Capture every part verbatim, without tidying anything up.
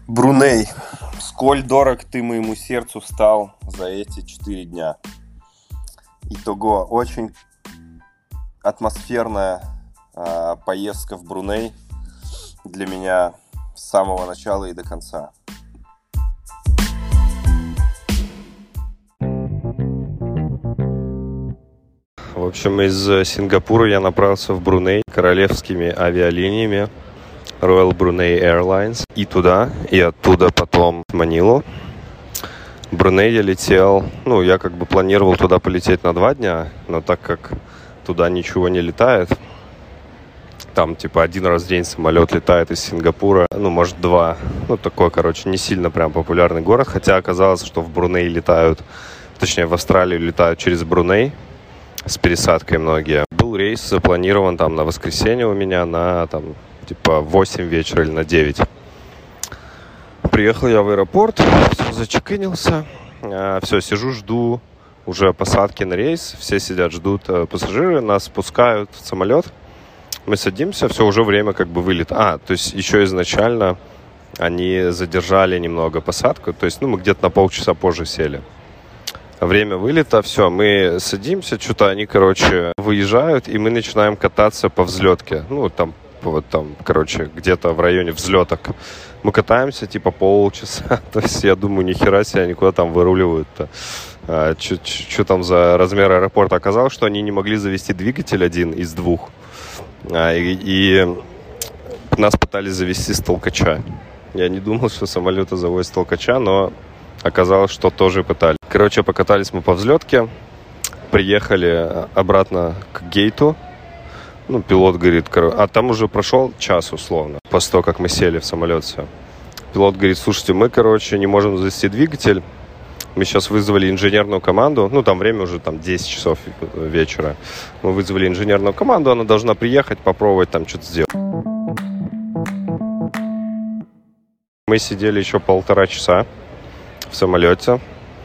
Бруней, сколь дорог ты моему сердцу стал за эти четыре дня. Итого, очень атмосферная э, поездка в Бруней для меня с самого начала и до конца. В общем, из Сингапура я направился в Бруней королевскими авиалиниями Royal Brunei Airlines. И туда, и оттуда потом в Манилу. В Бруней я летел, ну, я как бы планировал туда полететь на два дня, но так как туда ничего не летает, там типа один раз в день самолет летает из Сингапура, ну, может, два. Ну, такой, короче, не сильно прям популярный город, хотя оказалось, что в Бруней летают, точнее, в Австралию летают через Бруней с пересадкой многие. Был рейс запланирован там на воскресенье у меня на там типа восемь вечера или на девять. Приехал я в аэропорт, все, зачекинился, а, все, сижу, жду уже посадки на рейс, все сидят, ждут а, пассажиры, нас спускают в самолет, мы садимся, все, уже время как бы вылет. А, то есть еще изначально они задержали немного посадку, то есть, ну, мы где-то на полчаса позже сели. Время вылета, все, мы садимся, что-то они, короче, выезжают, и мы начинаем кататься по взлетке, ну, там, вот там, короче, где-то в районе взлеток. Мы катаемся, типа, полчаса. То есть, я думаю, нихера себе, они куда там выруливают-то. А, что там за размер аэропорта? Оказалось, что они не могли завести двигатель один из двух. А, и, и нас пытались завести с толкача. Я не думал, что самолеты заводят с толкача, но оказалось, что тоже пытались. Короче, покатались мы по взлетке. Приехали обратно к гейту. Ну, пилот говорит, а там уже прошел час условно, после того, как мы сели в самолет все. Пилот говорит, слушайте, мы, короче, не можем завести двигатель. Мы сейчас вызвали инженерную команду. Ну, там время уже там десять часов вечера. Мы вызвали инженерную команду, она должна приехать, попробовать там что-то сделать. Мы сидели еще полтора часа в самолете.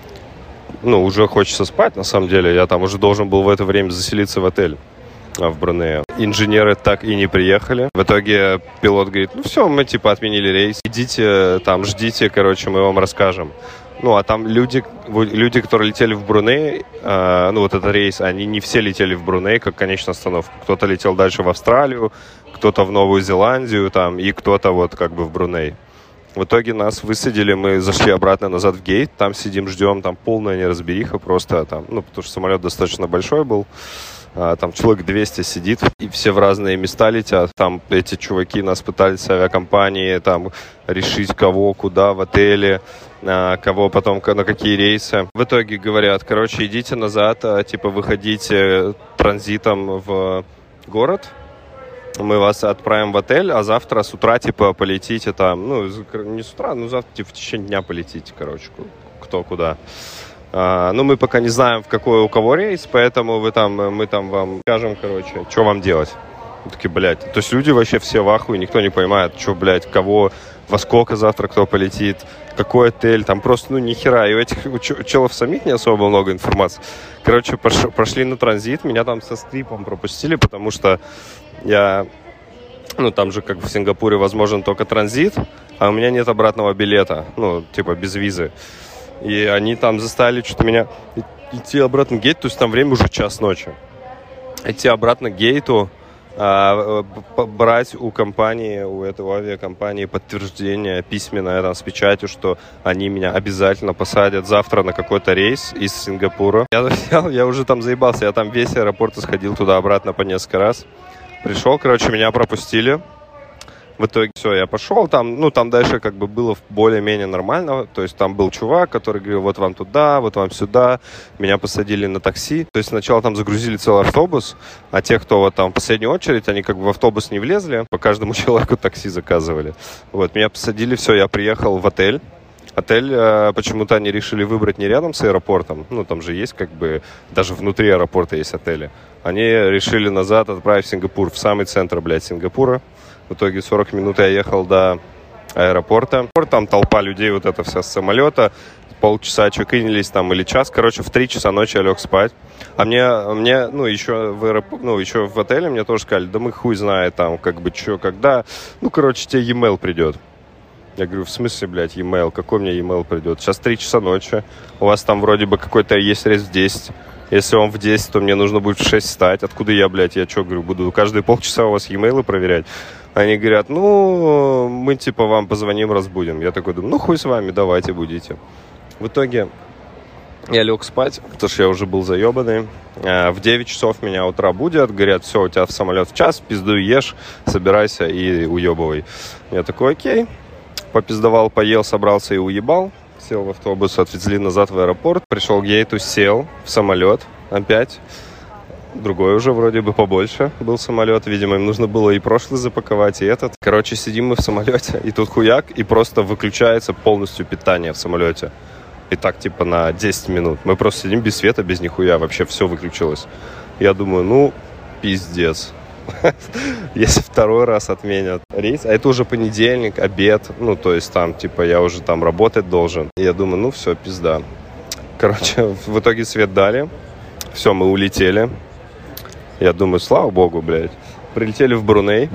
Ну, уже хочется спать, на самом деле. Я там уже должен был в это время заселиться в отель в Брунее. Инженеры так и не приехали. В итоге пилот говорит, ну все, мы типа отменили рейс. Идите там, ждите, короче, мы вам расскажем. Ну, а там люди, люди, которые летели в Бруней, э, ну, вот этот рейс, они не все летели в Бруней как конечную остановку. Кто-то летел дальше в Австралию, кто-то в Новую Зеландию, там, и кто-то вот как бы в Бруней. В итоге нас высадили, мы зашли обратно назад в гейт, там сидим, ждем, там полная неразбериха просто, там, ну, потому что самолет достаточно большой был. Там человек двести сидит, и все в разные места летят. Там эти чуваки нас пытались, авиакомпании, там, решить, кого, куда в отеле, кого потом, на какие рейсы. В итоге говорят, короче, идите назад, типа, выходите транзитом в город, мы вас отправим в отель, а завтра с утра, типа, полетите там, ну, не с утра, ну, завтра, типа, в течение дня полетите, короче, кто куда. Uh, ну, мы пока не знаем, в какой у кого рейс, поэтому вы там, мы там вам скажем, короче, что вам делать. Мы такие, блядь. То есть люди вообще все в ахуе, никто не понимает, что, блядь, кого, во сколько завтра кто полетит, какой отель, там просто, ну, ни хера. И у этих у челов самих не особо много информации. Короче, пош, прошли на транзит, меня там со скрипом пропустили, потому что я, ну, там же, как в Сингапуре, возможен только транзит, а у меня нет обратного билета, ну, типа, без визы. И они там заставили что-то меня идти обратно к гейту, то есть там время уже час ночи. Идти обратно к гейту, а, брать у компании, у этого авиакомпании подтверждение письменное там, с печатью, что они меня обязательно посадят завтра на какой-то рейс из Сингапура. Я, я, я уже там заебался, я там весь аэропорт сходил туда-обратно по несколько раз. Пришел, короче, меня пропустили. В итоге все, я пошел, там, ну, там дальше как бы было более-менее нормально, то есть там был чувак, который говорил, вот вам туда, вот вам сюда, меня посадили на такси, то есть сначала там загрузили целый автобус, а те, кто вот там в последнюю очередь, они как бы в автобус не влезли, по каждому человеку такси заказывали. Вот, меня посадили, все, я приехал в отель. Отель э, почему-то они решили выбрать не рядом с аэропортом, ну, там же есть как бы, даже внутри аэропорта есть отели. Они решили назад отправить в Сингапур, в самый центр, блядь, Сингапура. В итоге сорок минут я ехал до аэропорта. Там толпа людей, вот это вся с самолета. Полчаса чекинились там или час. Короче, в три часа ночи я лег спать. А мне, мне ну, еще в аэроп... ну, еще в отеле мне тоже сказали, да мы хуй знает там, как бы, что, когда. Ну, короче, тебе e-mail придет. Я говорю, в смысле, блядь, e-mail? Какой мне e-mail придет? Сейчас три часа ночи. У вас там вроде бы какой-то есть рейс в десять. Если он в десять, то мне нужно будет в шесть встать. Откуда я, блядь, я что, говорю, буду каждые полчаса у вас e-mail проверять? Они говорят, ну, мы типа вам позвоним, разбудим. Я такой думаю, ну, хуй с вами, давайте, будите. В итоге я лег спать, потому что я уже был заебанный. В девять часов меня утра будят. Говорят, все, у тебя в самолет в час, пизду ешь, собирайся и уебывай. Я такой, окей. Попиздовал, поел, собрался и уебал. Сел в автобус, отвезли назад в аэропорт. Пришел к гейту, сел в самолет опять. Другой уже вроде бы побольше был самолет. Видимо, им нужно было и прошлый запаковать, и этот. Короче, сидим мы в самолете, и тут хуяк, и просто выключается полностью питание в самолете. И так типа на десять минут. Мы просто сидим без света, без нихуя. Вообще все выключилось. Я думаю, ну, пиздец. Если второй раз отменят рейс, а это уже понедельник, обед, ну, то есть там, типа, я уже там работать должен. И я думаю, ну, все, пизда. Короче, в итоге свет дали. Все, мы улетели. Я думаю, слава богу, блядь. Прилетели в Бруней.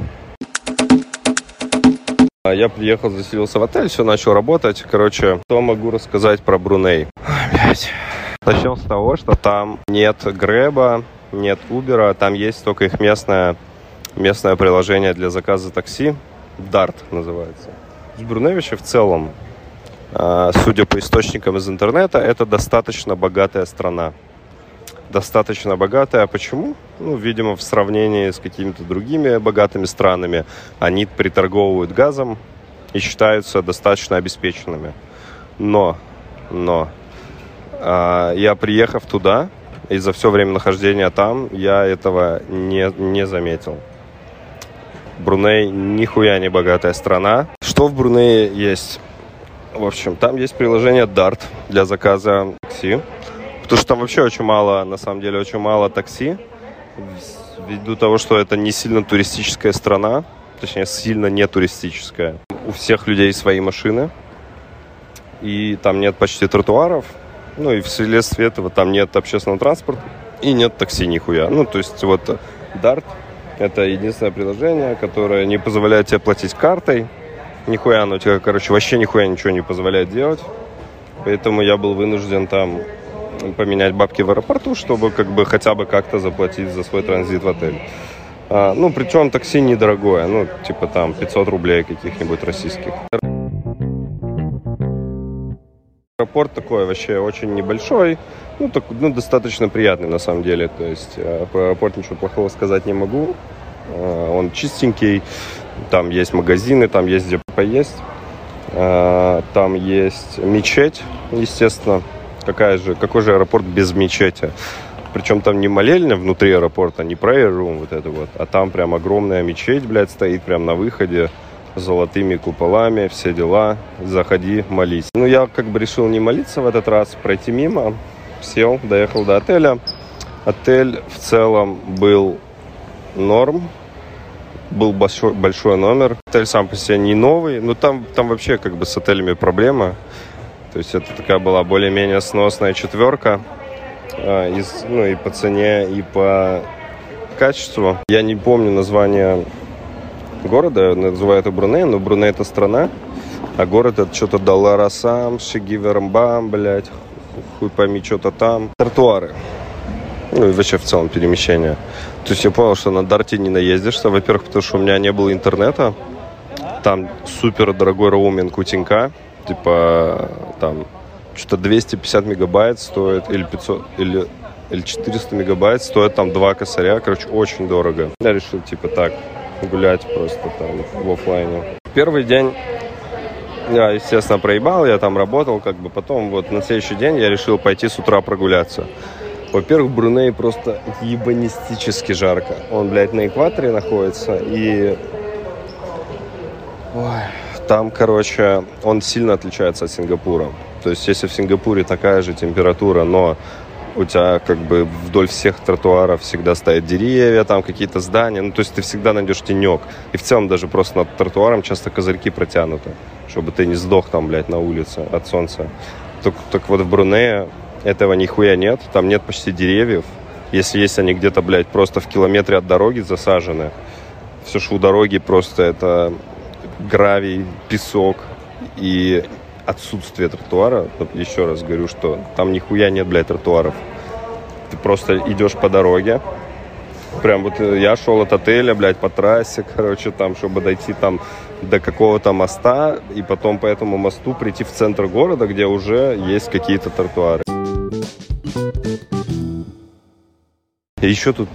Я приехал, заселился в отель, все, начал работать. Короче, что могу рассказать про Бруней? Ой, блядь. Начнем с того, что там нет Грэба, нет Убера, там есть только их местное, местное приложение для заказа такси. Дарт называется. Бруней вообще в целом, судя по источникам из интернета, это достаточно богатая страна. Достаточно богатая. Почему? Ну, видимо, в сравнении с какими-то другими богатыми странами они приторговывают газом и считаются достаточно обеспеченными. Но, но, а, я, приехав туда, и за все время нахождения там, я этого не, не заметил. Бруней нихуя не богатая страна. Что в Брунее есть? В общем, там есть приложение Дарт для заказа такси. Потому что там вообще очень мало, на самом деле, очень мало такси. Ввиду того, что это не сильно туристическая страна. Точнее, сильно не туристическая. У всех людей свои машины. И там нет почти тротуаров. Ну и вследствие этого там нет общественного транспорта. И нет такси нихуя. Ну, то есть вот Дарт — это единственное приложение, которое не позволяет тебе платить картой. Нихуя оно тебе, короче, вообще нихуя ничего не позволяет делать. Поэтому я был вынужден там поменять бабки в аэропорту, чтобы как бы хотя бы как-то заплатить за свой транзит в отель. А, ну, причем такси недорогое, ну, типа там пятьсот рублей каких-нибудь российских. Аэропорт такой вообще очень небольшой, ну, так, ну, достаточно приятный на самом деле. То есть про аэропорт ничего плохого сказать не могу. А, он чистенький, там есть магазины, там есть где поесть, а, там есть мечеть, естественно. Какая же, какой же аэропорт без мечети? Причем там не молельня внутри аэропорта, не prayer room вот это вот, а там прям огромная мечеть, блядь, стоит прям на выходе с золотыми куполами, все дела. Заходи, молись. Ну, я как бы решил не молиться в этот раз, пройти мимо. Сел, доехал до отеля. Отель в целом был норм. Был большой, большой номер. Отель сам по себе не новый, но там, там вообще как бы с отелями проблема. То есть это такая была более-менее сносная четверка. Э, из, ну и по цене, и по качеству. Я не помню название города, называют это Бруней, но Бруней — это страна, а город — это что-то Даларасам, Шигиверамбам, блядь, хуй пойми, что-то там. Тротуары. Ну и вообще в целом перемещение. То есть я понял, что на Дарте не наездишься. Во-первых, потому что у меня не было интернета. Там супер дорогой роуминг у Тинька. Типа там что-то двести пятьдесят мегабайт стоит, или пятьсот, или, или четыреста мегабайт стоит там два косаря. Короче, очень дорого. Я решил типа так гулять просто там в офлайне. Первый день я, естественно, проебал, я там работал, как бы потом вот на следующий день я решил пойти с утра прогуляться. Во-первых, в Брунее просто ебанистически жарко. Он, блядь, на экваторе находится, и ой, там, короче, он сильно отличается от Сингапура. То есть, если в Сингапуре такая же температура, но у тебя как бы вдоль всех тротуаров всегда стоят деревья, там какие-то здания, ну, то есть ты всегда найдешь тенек. И в целом даже просто над тротуаром часто козырьки протянуты, чтобы ты не сдох там, блядь, на улице от солнца. Так, так вот в Брунее этого нихуя нет, там нет почти деревьев. Если есть, они где-то, блядь, просто в километре от дороги засажены. Все, что у дороги, просто это гравий, песок, и отсутствие тротуара. Еще раз говорю, что там нихуя нет, блядь, тротуаров. Ты просто идешь по дороге. Прям вот я шел от отеля, блядь, по трассе, короче, там, чтобы дойти там до какого-то моста, и потом по этому мосту прийти в центр города, где уже есть какие-то тротуары. И еще тут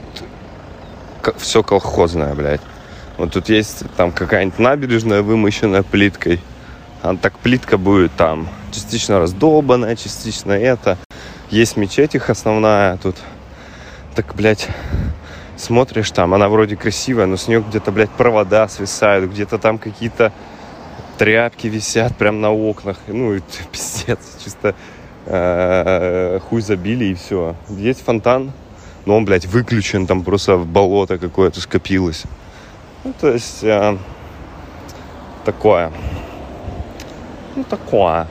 все колхозное, блядь. Вот тут есть там какая-нибудь набережная, вымощенная плиткой. Она так плитка будет там частично раздолбанная, частично это. Есть мечеть их основная тут. Так, блядь, смотришь там, она вроде красивая, но с нее где-то, блядь, провода свисают, где-то там какие-то тряпки висят прям на окнах. Ну, это пиздец, чисто э-э, хуй забили и все. Есть фонтан, но он, блядь, выключен, там просто болото какое-то скопилось. Ну, то есть, э, такое. Ну, такое.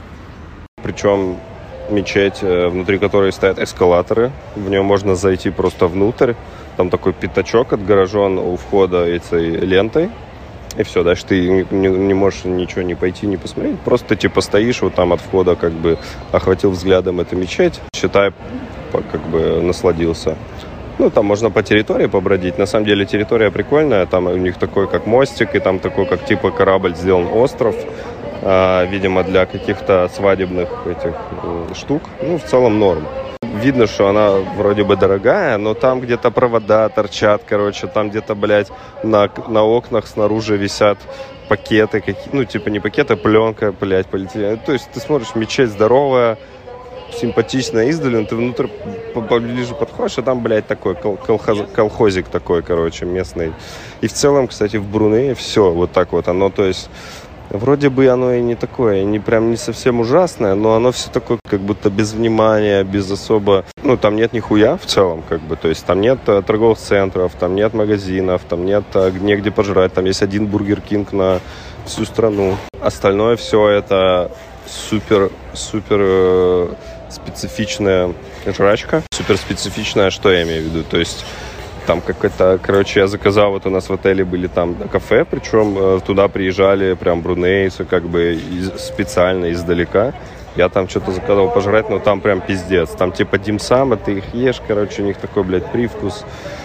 Причем мечеть, внутри которой стоят эскалаторы. В нее можно зайти просто внутрь. Там такой пятачок отгорожен у входа этой лентой. И все, дальше ты не, не можешь ничего не пойти, не посмотреть. Просто типа стоишь вот там от входа, как бы охватил взглядом эту мечеть. Считай, как бы насладился. Ну, там можно по территории побродить. На самом деле территория прикольная. Там у них такой, как мостик, и там такой, как типа корабль сделан остров. А, видимо, для каких-то свадебных этих штук. Ну, в целом норм. Видно, что она вроде бы дорогая, но там где-то провода торчат, короче. Там где-то, блядь, на, на окнах снаружи висят пакеты. Какие, ну, типа не пакеты, а пленка, блядь, полиэтилен. То есть ты смотришь, мечеть здоровая, симпатичная издали, но ты внутрь поближе подходишь, а там, блядь, такой колхоз, колхозик такой, короче, местный. И в целом, кстати, в Брунее все вот так вот. Оно, то есть, вроде бы оно и не такое, не прям не совсем ужасное, но оно все такое, как будто без внимания, без особо... Ну, там нет нихуя в целом, как бы, то есть там нет э, торговых центров, там нет магазинов, там нет э, негде пожрать, там есть один Бургер Кинг на всю страну. Остальное все это супер, супер... Э, специфичная жрачка. Супер специфичная, что я имею в виду? То есть там как-то, короче, я заказал, вот у нас в отеле были там кафе, причем э, туда приезжали прям брунейцы, как бы из, специально издалека. Я там что-то заказал пожрать, но там прям пиздец. Там типа димсамы, ты их ешь, короче, у них такой, блядь, привкус.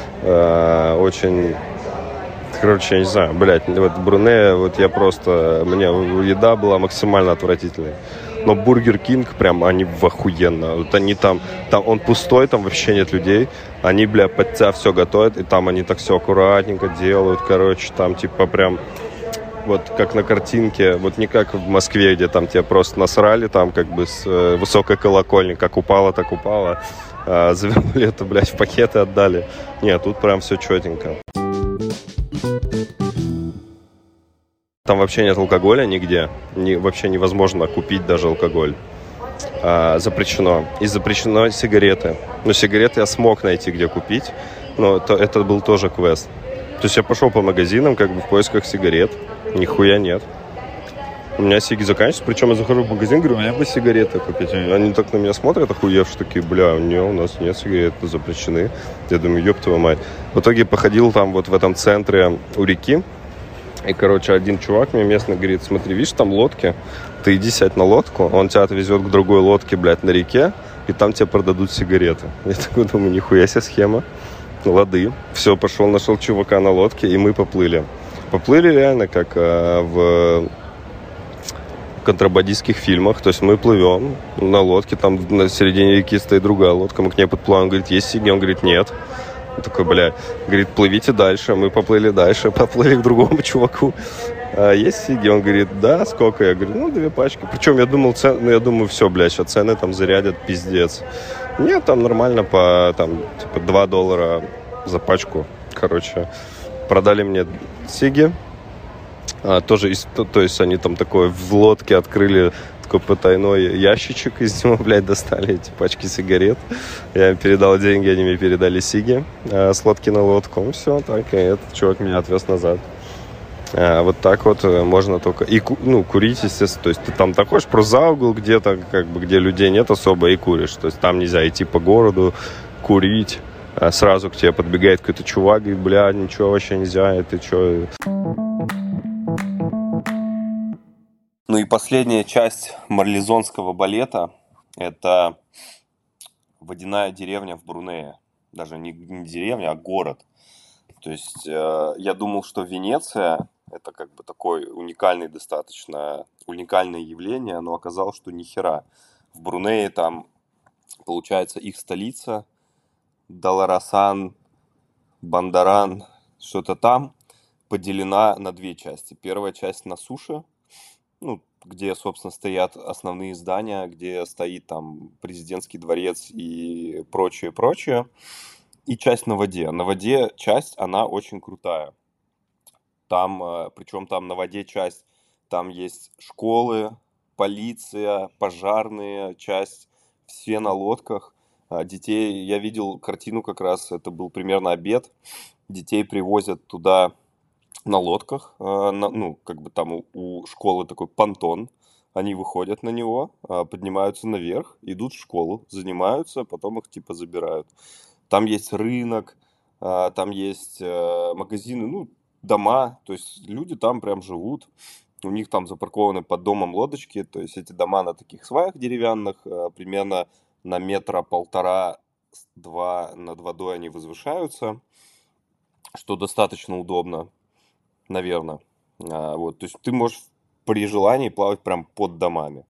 Э, очень... Короче, я не знаю, блядь, вот Брунея, вот я просто... Мне еда была максимально отвратительной. Но Бургер Кинг прям, они охуенно. Вот они там, там, он пустой, там вообще нет людей. Они, бля, под тебя все готовят, и там они так все аккуратненько делают, короче, там типа прям, вот как на картинке, вот не как в Москве, где там тебя просто насрали, там как бы с э, высокой колокольни, как упало, так упало. А, завернули это, блядь, в пакеты отдали. Нет, тут прям все четенько. Там вообще нет алкоголя нигде. Не, вообще невозможно купить даже алкоголь. А, запрещено. И запрещено сигареты. Но сигареты я смог найти, где купить. Но это, это был тоже квест. То есть я пошел по магазинам, как бы в поисках сигарет. Нихуя нет. У меня сиги заканчиваются. Причем я захожу в магазин, говорю, у меня бы сигареты купить. Они так на меня смотрят, охуевшие, такие, бля, не, у нас нет сигарет, запрещены. Я думаю, ёб твою мать. В итоге походил там вот в этом центре у реки. И, короче, один чувак мне местный говорит, смотри, видишь, там лодки, ты иди сядь на лодку, он тебя отвезет к другой лодке, блядь, на реке, и там тебе продадут сигареты. Я такой думаю, нихуя себе схема, лады. Все, пошел, нашел чувака на лодке, и мы поплыли. Поплыли реально, как э, в контрабандистских фильмах, то есть мы плывем на лодке, там на середине реки стоит другая лодка, мы к ней подплываем, он говорит, есть сиги? Он говорит, нет. Он такой, бля, говорит, плывите дальше. Мы поплыли дальше, поплыли к другому чуваку. А, есть сиги? Он говорит, да, сколько? Я говорю, ну, две пачки. Причем я думал, цен... ну, я думаю, все, бля, сейчас цены там зарядят, пиздец. Нет, там нормально по, там, типа, два доллара за пачку. Короче, продали мне сиги. А, тоже, из... то, то есть они там такое в лодке открыли такой потайной ящичек, из него, блядь, достали эти пачки сигарет. Я им передал деньги, они мне передали сиги а, с лодки на лодку. Все, так, и этот чувак меня отвез назад. А, вот так вот можно только... И, ну, курить, естественно. То есть ты там такой просто за угол где-то, как бы, где людей нет особо, и куришь. То есть там нельзя идти по городу, курить. А сразу к тебе подбегает какой-то чувак, говорит, бля, ничего вообще нельзя, и ты что... Ну и последняя часть марлезонского балета – это водяная деревня в Брунее. Даже не, не деревня, а город. То есть э, я думал, что Венеция – это как бы такой уникальный достаточно, уникальное явление, но оказалось, что ни хера. В Брунее там, получается, их столица, Даларасан, Бандаран, что-то там, поделена на две части. Первая часть на суше, ну, где, собственно, стоят основные здания, где стоит там президентский дворец и прочее, прочее. И часть на воде. На воде часть, она очень крутая. Там, причем там на воде часть, там есть школы, полиция, пожарные, часть, все на лодках. Детей, я видел картину как раз, это был примерно обед. Детей привозят туда на лодках, на, ну, как бы там у, у школы такой понтон. Они выходят на него, поднимаются наверх, идут в школу, занимаются, потом их типа забирают. Там есть рынок, там есть магазины, ну, дома, то есть люди там прям живут. У них там запаркованы под домом лодочки, то есть эти дома на таких сваях деревянных, примерно на метра полтора-два над водой они возвышаются, что достаточно удобно, наверное. Вот, то есть ты можешь при желании плавать прям под домами.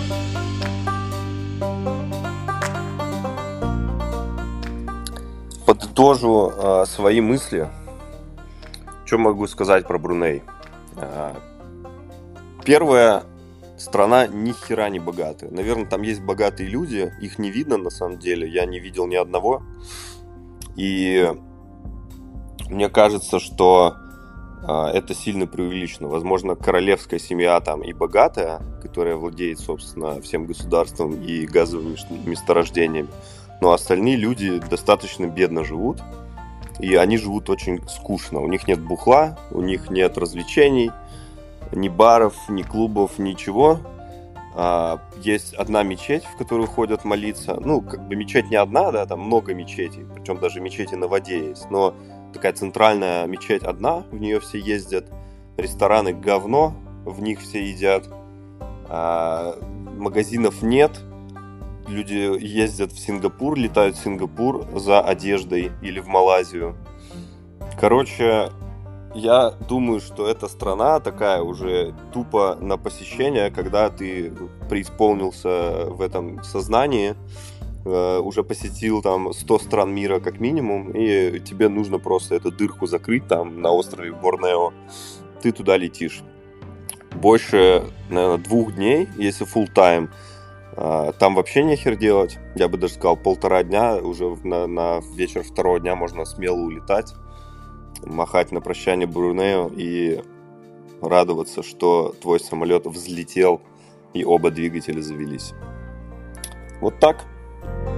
Подытожу э, свои мысли. Что могу сказать про Бруней? Э, первая страна ни хера не богатая. Наверное, там есть богатые люди, их не видно на самом деле. Я не видел ни одного. И мне кажется, что э, это сильно преувеличено. Возможно, королевская семья там и богатая, которая владеет, собственно, всем государством и газовыми месторождениями. Но остальные люди достаточно бедно живут, и они живут очень скучно. У них нет бухла, у них нет развлечений, ни баров, ни клубов, ничего. Есть одна мечеть, в которую ходят молиться. Ну, как бы мечеть не одна, да, там много мечетей, причем даже мечети на воде есть. Но такая центральная мечеть одна, в нее все ездят. Рестораны говно, в них все едят. Магазинов нет. Люди ездят в Сингапур, летают в Сингапур за одеждой или в Малайзию. Короче, я думаю, что эта страна такая уже тупо на посещение, когда ты преисполнился в этом сознании, э, уже посетил там сто стран мира как минимум, и тебе нужно просто эту дырку закрыть там на острове Борнео. Ты туда летишь. Больше, наверное, двух дней, если full time. Там вообще нехер делать. Я бы даже сказал, полтора дня, уже на, на вечер второго дня можно смело улетать, махать на прощание Брунею и радоваться, что твой самолет взлетел и оба двигателя завелись. Вот так.